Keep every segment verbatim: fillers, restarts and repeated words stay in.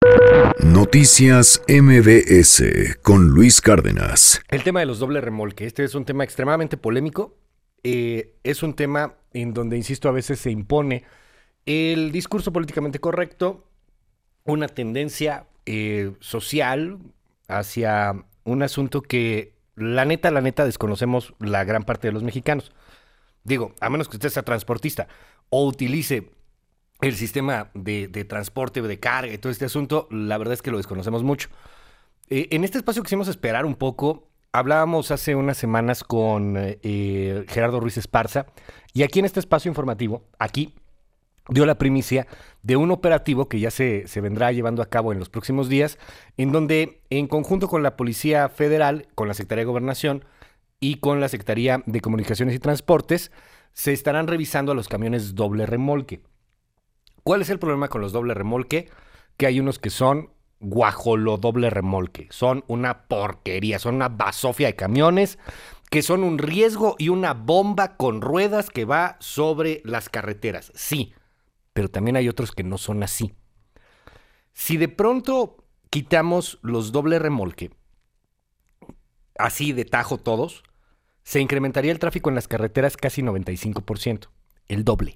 Noticias M B S con Luis Cárdenas. El tema de los doble remolque. Este es un tema extremadamente polémico. Eh, es un tema en donde, insisto, a veces se impone el discurso políticamente correcto, una tendencia eh, social hacia un asunto que, la neta, la neta, desconocemos la gran parte de los mexicanos. Digo, a menos que usted sea transportista o utilice el sistema de, de transporte, de carga y todo este asunto, la verdad es que lo desconocemos mucho. Eh, en este espacio quisimos esperar un poco. Hablábamos hace unas semanas con eh, Gerardo Ruiz Esparza, y aquí en este espacio informativo, aquí, dio la primicia de un operativo que ya se, se vendrá llevando a cabo en los próximos días, en donde, en conjunto con la Policía Federal, con la Secretaría de Gobernación y con la Secretaría de Comunicaciones y Transportes, se estarán revisando a los camiones doble remolque. ¿Cuál es el problema con los doble remolque? Que hay unos que son guajolo doble remolque. Son una porquería, son una basofia de camiones que son un riesgo y una bomba con ruedas que va sobre las carreteras. Sí, pero también hay otros que no son así. Si de pronto quitamos los doble remolque, así de tajo todos, se incrementaría el tráfico en las carreteras casi noventa y cinco por ciento. El doble.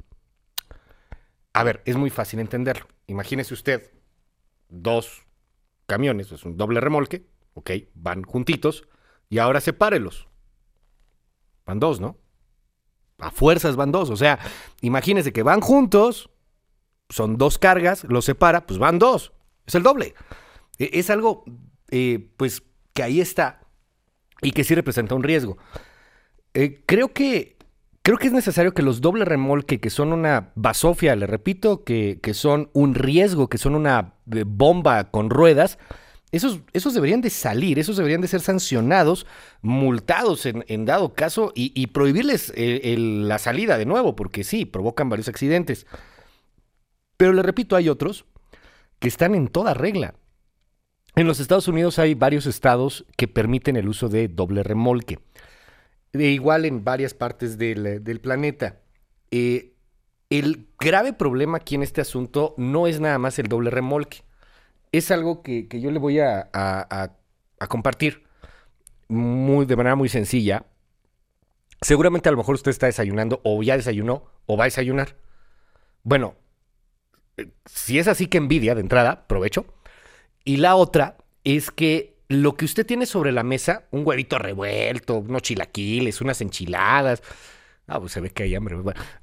A ver, es muy fácil entenderlo. Imagínese usted dos camiones, es un doble remolque, ok, van juntitos, y ahora sepárelos. Van dos, ¿no? A fuerzas van dos, o sea, imagínese que van juntos, son dos cargas, los separa, pues van dos, es el doble. Es algo, eh, pues, que ahí está y que sí representa un riesgo. Eh, creo que Creo que es necesario que los doble remolque, que son una basofia, le repito, que, que son un riesgo, que son una eh, bomba con ruedas, esos, esos deberían de salir, esos deberían de ser sancionados, multados en, en dado caso y, y prohibirles eh, el, la salida de nuevo, porque sí, provocan varios accidentes. Pero le repito, hay otros que están en toda regla. En los Estados Unidos hay varios estados que permiten el uso de doble remolque. De igual en varias partes del, del planeta. Eh, el grave problema aquí en este asunto no es nada más el doble remolque. Es algo que, que yo le voy a, a, a, a compartir muy, de manera muy sencilla. Seguramente a lo mejor usted está desayunando, o ya desayunó, o va a desayunar. Bueno, si es así, que envidia de entrada, provecho. Y la otra es que lo que usted tiene sobre la mesa, un huevito revuelto, unos chilaquiles, unas enchiladas, ah, pues se ve que hay hambre,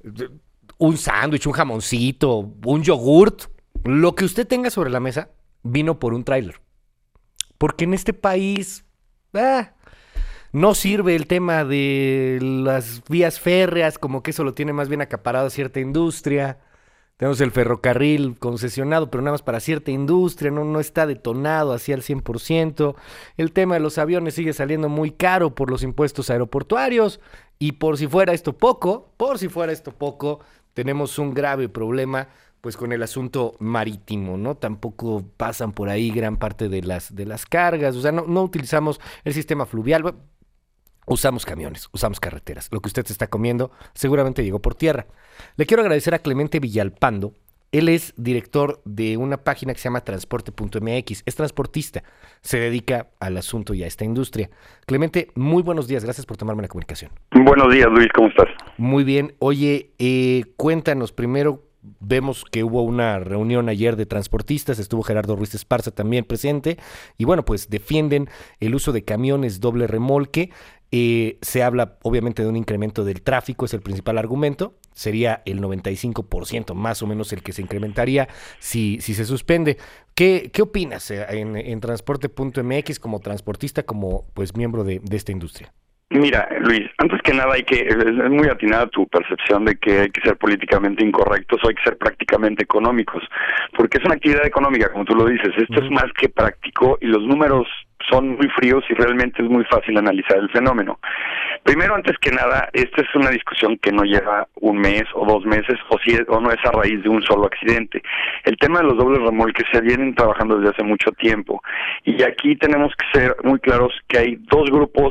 un sándwich, un jamoncito, un yogurt, lo que usted tenga sobre la mesa vino por un tráiler. Porque en este país ah, no sirve el tema de las vías férreas, como que eso lo tiene más bien acaparado cierta industria. Tenemos el ferrocarril concesionado, pero nada más para cierta industria, no, no está detonado así al cien por ciento. El tema de los aviones sigue saliendo muy caro por los impuestos aeroportuarios. Y por si fuera esto poco, por si fuera esto poco, tenemos un grave problema pues con el asunto marítimo, ¿no? Tampoco pasan por ahí gran parte de las, de las cargas, o sea, no, no utilizamos el sistema fluvial. Usamos camiones, usamos carreteras. Lo que usted se está comiendo seguramente llegó por tierra. Le quiero agradecer a Clemente Villalpando. Él es director de una página que se llama transporte punto m x. Es transportista, se dedica al asunto y a esta industria. Clemente, muy buenos días, gracias por tomarme la comunicación. Buenos días, Luis, ¿cómo estás? Muy bien. Oye, eh, cuéntanos primero. Vemos que hubo una reunión ayer de transportistas, estuvo Gerardo Ruiz Esparza también presente, y bueno, pues defienden el uso de camiones doble remolque. Eh, se habla obviamente de un incremento del tráfico, es el principal argumento, sería el noventa y cinco por ciento más o menos el que se incrementaría si, si se suspende. ¿Qué, qué opinas en, en transporte punto m x como transportista, como pues miembro de, de esta industria? Mira, Luis, antes que nada hay que, es muy atinada tu percepción de que hay que ser políticamente incorrectos o hay que ser prácticamente económicos, porque es una actividad económica, como tú lo dices, esto uh-huh. es más que práctico y los números son muy fríos y realmente es muy fácil analizar el fenómeno. Primero, antes que nada, esta es una discusión que no lleva un mes o dos meses o, si es, o no es a raíz de un solo accidente. El tema de los dobles remolques se vienen trabajando desde hace mucho tiempo y aquí tenemos que ser muy claros que hay dos grupos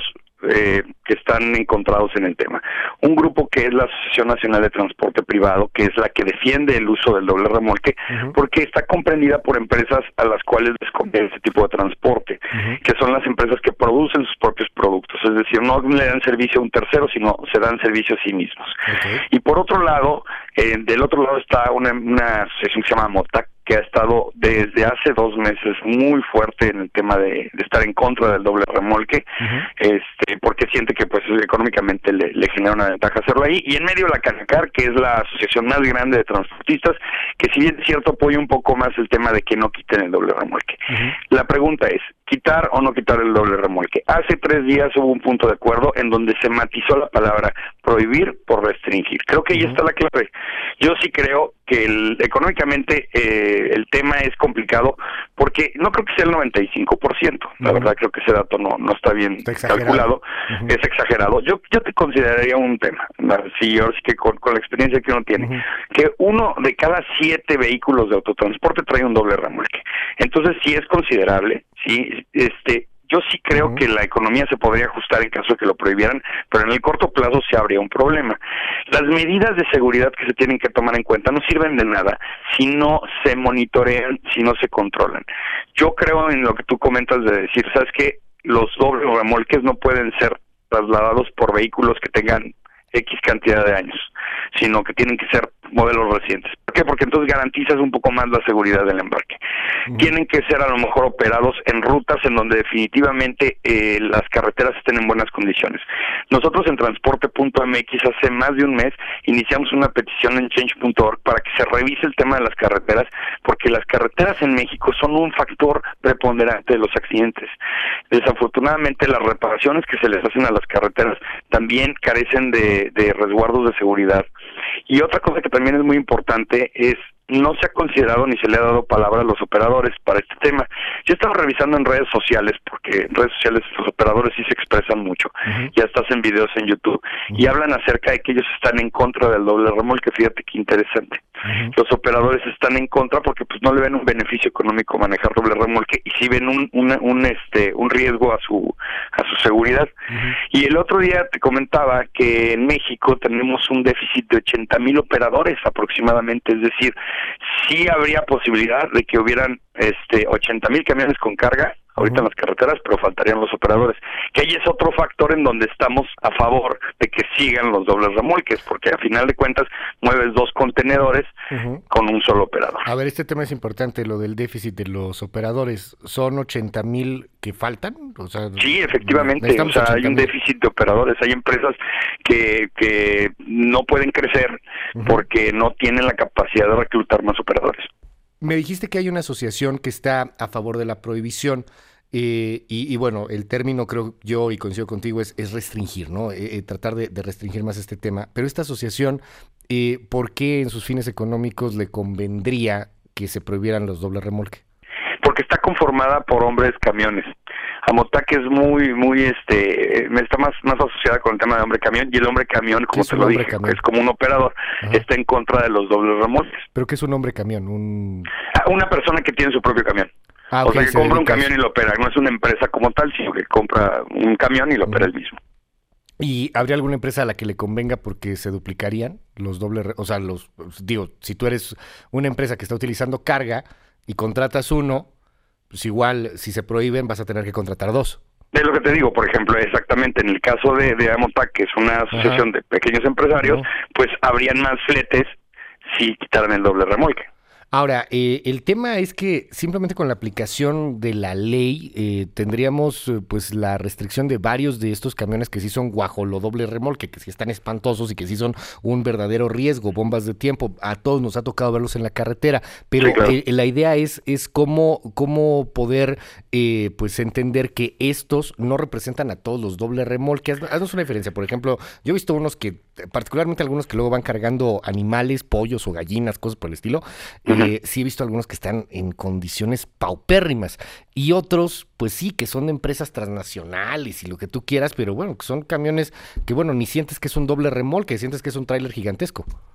eh, que están encontrados en el tema. Un grupo que es la Asociación Nacional de Transporte Privado, que es la que defiende el uso del doble remolque, uh-huh. porque está comprendida por empresas a las cuales les conviene ese tipo de transporte, uh-huh. que son las empresas que producen sus propios productos, es decir, no le dan servicio a un tercero, sino se dan servicio a sí mismos. Okay. Y por otro lado, eh, del otro lado está una, una asociación que se llama MOTAC, que ha estado desde hace dos meses muy fuerte en el tema de, de estar en contra del doble remolque, uh-huh. este, porque siente que pues económicamente le, le genera una ventaja hacerlo ahí, y en medio la Canacar, que es la asociación más grande de transportistas, que si bien es cierto apoya un poco más el tema de que no quiten el doble remolque. Uh-huh. La pregunta es, ¿quitar o no quitar el doble remolque? Hace tres días hubo un punto de acuerdo en donde se matizó la palabra prohibir por restringir. Creo que ahí uh-huh. está la clave. Yo sí creo que el, económicamente eh, el tema es complicado porque no creo que sea el noventa y cinco por ciento. La uh-huh. verdad creo que ese dato no no está bien está calculado. Uh-huh. Es exagerado. Yo yo te consideraría un tema, sí, ahora sí que con, con la experiencia que uno tiene, uh-huh. que uno de cada siete vehículos de autotransporte trae un doble remolque. Entonces sí es considerable, sí, este... Yo sí creo uh-huh. que la economía se podría ajustar en caso de que lo prohibieran, pero en el corto plazo se habría un problema. Las medidas de seguridad que se tienen que tomar en cuenta no sirven de nada si no se monitorean, si no se controlan. Yo creo en lo que tú comentas de decir, ¿sabes qué? Los dobles remolques no pueden ser trasladados por vehículos que tengan X cantidad de años, sino que tienen que ser modelos recientes. ¿Por qué? Porque entonces garantizas un poco más la seguridad del embarque. Uh-huh. Tienen que ser a lo mejor operados en rutas en donde definitivamente eh, las carreteras estén en buenas condiciones. Nosotros en transporte punto m x hace más de un mes iniciamos una petición en change punto org para que se revise el tema de las carreteras, porque las carreteras en México son un factor preponderante de los accidentes. Desafortunadamente las reparaciones que se les hacen a las carreteras también carecen de, de resguardos de seguridad. Y otra cosa que también es muy importante es no se ha considerado ni se le ha dado palabra a los operadores para este tema. Yo estaba revisando en redes sociales, porque en redes sociales los operadores sí se expresan mucho, uh-huh. ya estás en videos en YouTube, uh-huh. y hablan acerca de que ellos están en contra del doble remolque. Fíjate qué interesante. Uh-huh. Los operadores están en contra porque pues no le ven un beneficio económico manejar doble remolque y sí ven un, un, un este un riesgo a su a su seguridad. Uh-huh. Y el otro día te comentaba que en México tenemos un déficit de ochenta mil operadores aproximadamente, es decir, sí habría posibilidad de que hubieran este ochenta mil camiones con carga ahorita uh-huh. en las carreteras, pero faltarían los operadores, que ahí es otro factor en donde estamos a favor de que sigan los dobles remolques, porque a final de cuentas mueves dos contenedores uh-huh. con un solo operador. A ver, este tema es importante, lo del déficit de los operadores. ¿Son ochenta mil que faltan? O sea, sí, efectivamente, o sea, hay un déficit de operadores, hay empresas que, que no pueden crecer uh-huh. porque no tienen la capacidad de reclutar más operadores. Me dijiste que hay una asociación que está a favor de la prohibición eh, y, y bueno, el término creo yo y coincido contigo es, es restringir, ¿no? Eh, eh, tratar de, de restringir más este tema. Pero esta asociación, eh, ¿por qué en sus fines económicos le convendría que se prohibieran los dobles remolque? Porque está conformada por hombres camiones. Amotac es muy, muy, este, está más, más asociada con el tema de hombre camión, y el hombre camión, como te lo dije, camión? es como un operador, Ajá. está en contra de los dobles remolques. ¿Pero qué es un hombre camión? Un... Ah, una persona que tiene su propio camión. Ah, o okay, sea, que compra un camión y lo opera, no es una empresa como tal, sino que compra un camión y lo opera él uh-huh. mismo. ¿Y habría alguna empresa a la que le convenga porque se duplicarían los dobles, o sea, los, digo, si tú eres una empresa que está utilizando carga y contratas uno, pues igual, si se prohíben, vas a tener que contratar dos. Es lo que te digo, por ejemplo, exactamente, en el caso de, de Amotac, que es una asociación Ajá. de pequeños empresarios, Ajá. pues habrían más fletes si quitaran el doble remolque. Ahora, eh, el tema es que simplemente con la aplicación de la ley eh, tendríamos eh, pues la restricción de varios de estos camiones que sí son guajolo doble remolque, que sí están espantosos y que sí son un verdadero riesgo, bombas de tiempo. A todos nos ha tocado verlos en la carretera, pero sí, claro. eh, la idea es, es cómo, cómo poder eh, pues entender que estos no representan a todos los doble remolque. Haz, haznos una diferencia. Por ejemplo, yo he visto unos que, particularmente algunos que luego van cargando animales, pollos o gallinas, cosas por el estilo. Uh-huh. Eh, sí he visto algunos que están en condiciones paupérrimas y otros, pues sí, que son de empresas transnacionales y lo que tú quieras, pero bueno, que son camiones que, bueno, ni sientes que es un doble remolque, sientes que es un tráiler gigantesco.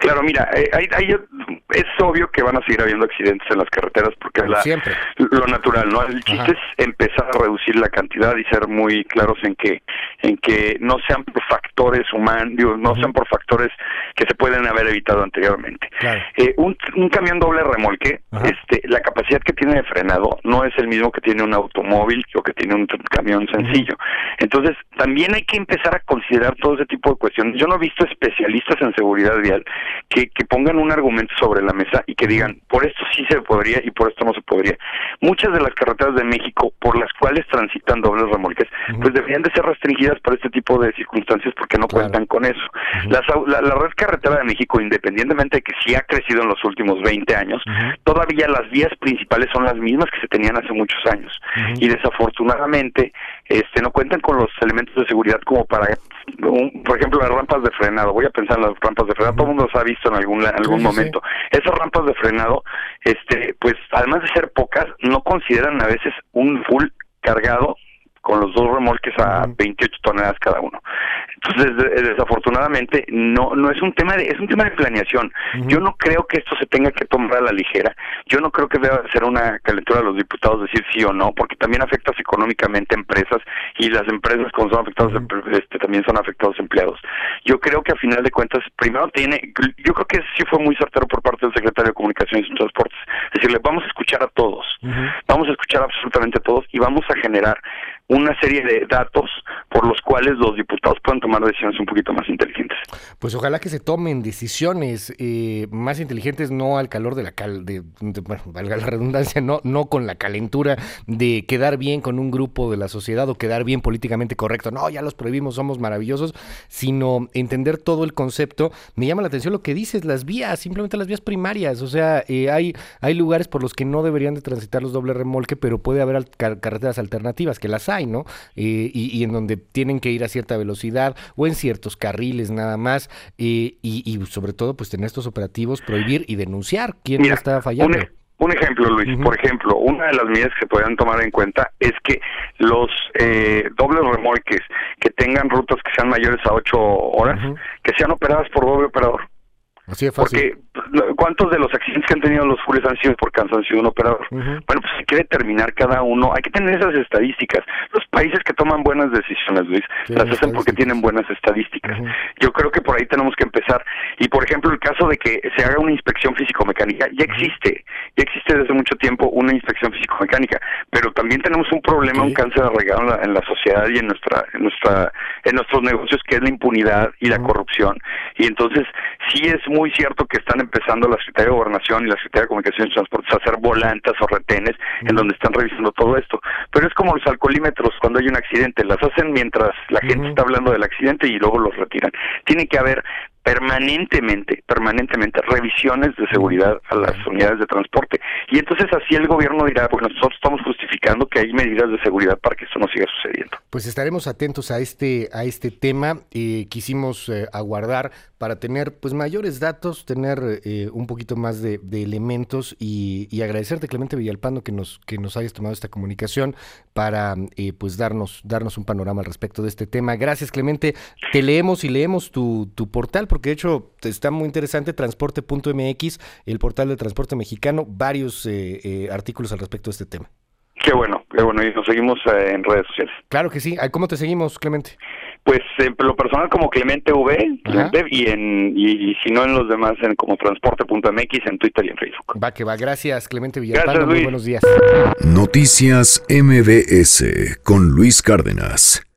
Claro, mira, eh, hay, hay, es obvio que van a seguir habiendo accidentes en las carreteras porque es la, siempre lo natural, ¿no? El chiste Ajá. es empezar a reducir la cantidad y ser muy claros en que en que no sean por factores humanos, digo, no uh-huh. sean por factores que se pueden haber evitado anteriormente. Claro. Eh, un, un camión doble remolque, Ajá. este, la capacidad que tiene de frenado no es el mismo que tiene un automóvil o que tiene un camión sencillo. Uh-huh. Entonces, también hay que empezar a considerar todo ese tipo de cuestiones. Yo no he visto especialistas en seguridad vial que, que pongan un argumento sobre la mesa y que digan, por esto sí se podría y por esto no se podría. Muchas de las carreteras de México por las cuales transitan dobles remolques, uh-huh. pues deberían de ser restringidas por este tipo de circunstancias porque no claro. cuentan con eso. Uh-huh. Las, la, la red carretera de México, independientemente de que sí ha crecido en los últimos veinte años, uh-huh. todavía las vías principales son las mismas que se tenían hace muchos años. Uh-huh. Y desafortunadamente este no cuentan con los elementos de seguridad como para, un, por ejemplo, las rampas de frenado. Voy a pensar en las rampas de frenado, uh-huh. todo el mundo las ha visto en algún, en algún sí, momento. Sí. Esas rampas de frenado, este pues además de ser pocas, no consideran a veces un full cargado con los dos remolques a veintiocho toneladas cada uno. Entonces, desafortunadamente, no no es un tema de es un tema de planeación. Uh-huh. Yo no creo que esto se tenga que tomar a la ligera. Yo no creo que deba ser una calentura de los diputados decir sí o no, porque también afectas económicamente a empresas y las empresas cuando son afectados uh-huh. este, también son afectados empleados. Yo creo que a final de cuentas, primero tiene, yo creo que sí fue muy certero por parte del secretario de Comunicaciones y Transportes, decirle vamos a escuchar a todos, uh-huh. vamos a escuchar absolutamente a todos y vamos a generar una serie de datos por los cuales los diputados puedan tomar decisiones un poquito más inteligentes. Pues ojalá que se tomen decisiones eh, más inteligentes, no al calor de la cal, de, de, bueno, valga la redundancia, no, no con la calentura de quedar bien con un grupo de la sociedad o quedar bien políticamente correcto. No, ya los prohibimos, somos maravillosos, sino entender todo el concepto. Me llama la atención lo que dices, las vías, simplemente las vías primarias. O sea, eh, hay, hay lugares por los que no deberían de transitar los doble remolque, pero puede haber al, car- carreteras alternativas, que las hay, ¿no? Eh, y, y en donde tienen que ir a cierta velocidad o en ciertos carriles nada más, eh, y, y sobre todo pues tener estos operativos, prohibir y denunciar quién Mira, está fallando. Un, un ejemplo, Luis, uh-huh. por ejemplo, una de las medidas que se podrían tomar en cuenta es que los eh, dobles remolques que tengan rutas que sean mayores a ocho horas, uh-huh. que sean operadas por doble operador. Así es fácil. Porque ¿cuántos de los accidentes que han tenido los fulles han sido porque han sido un operador? Uh-huh. Bueno, pues hay que determinar cada uno, hay que tener esas estadísticas. Los países que toman buenas decisiones, Luis, sí, las hacen porque tienen buenas estadísticas. Uh-huh. Yo creo que por ahí tenemos que empezar. Y por ejemplo, el caso de que se haga una inspección físico-mecánica, ya existe, ya existe desde mucho tiempo una inspección físico-mecánica, pero también tenemos un problema, ¿sí? un cáncer arraigado en la, en la sociedad y en nuestra, en nuestra, en nuestros negocios, que es la impunidad y la uh-huh. corrupción. Y entonces, sí es muy cierto que están empezando la Secretaría de Gobernación y la Secretaría de Comunicaciones y Transportes a hacer volantas o retenes uh-huh. en donde están revisando todo esto. Pero es como los alcoholímetros cuando hay un accidente, las hacen mientras la gente uh-huh. está hablando del accidente y luego los retiran. Tiene que haber permanentemente, permanentemente revisiones de seguridad a las unidades de transporte. Y entonces así el gobierno dirá, pues nosotros estamos justificando que hay medidas de seguridad para que esto no siga sucediendo. Pues estaremos atentos a este a este tema. Eh, quisimos eh, aguardar para tener pues mayores datos, tener eh, un poquito más de, de elementos y, y agradecerte, Clemente Villalpando, que nos que nos hayas tomado esta comunicación para eh, pues darnos darnos un panorama al respecto de este tema. Gracias, Clemente. Te leemos y leemos tu, tu portal, porque de hecho está muy interesante, transporte punto m x, el portal de transporte mexicano, varios eh, eh, artículos al respecto de este tema. Qué bueno, qué bueno, y nos seguimos eh, en redes sociales. Claro que sí. ¿Cómo te seguimos, Clemente? Pues en lo personal como Clemente V, Clemente, y, en, y, y si no en los demás en como transporte punto m x en Twitter y en Facebook. Va que va, gracias, Clemente Villalpando, muy buenos días. Noticias M B S con Luis Cárdenas.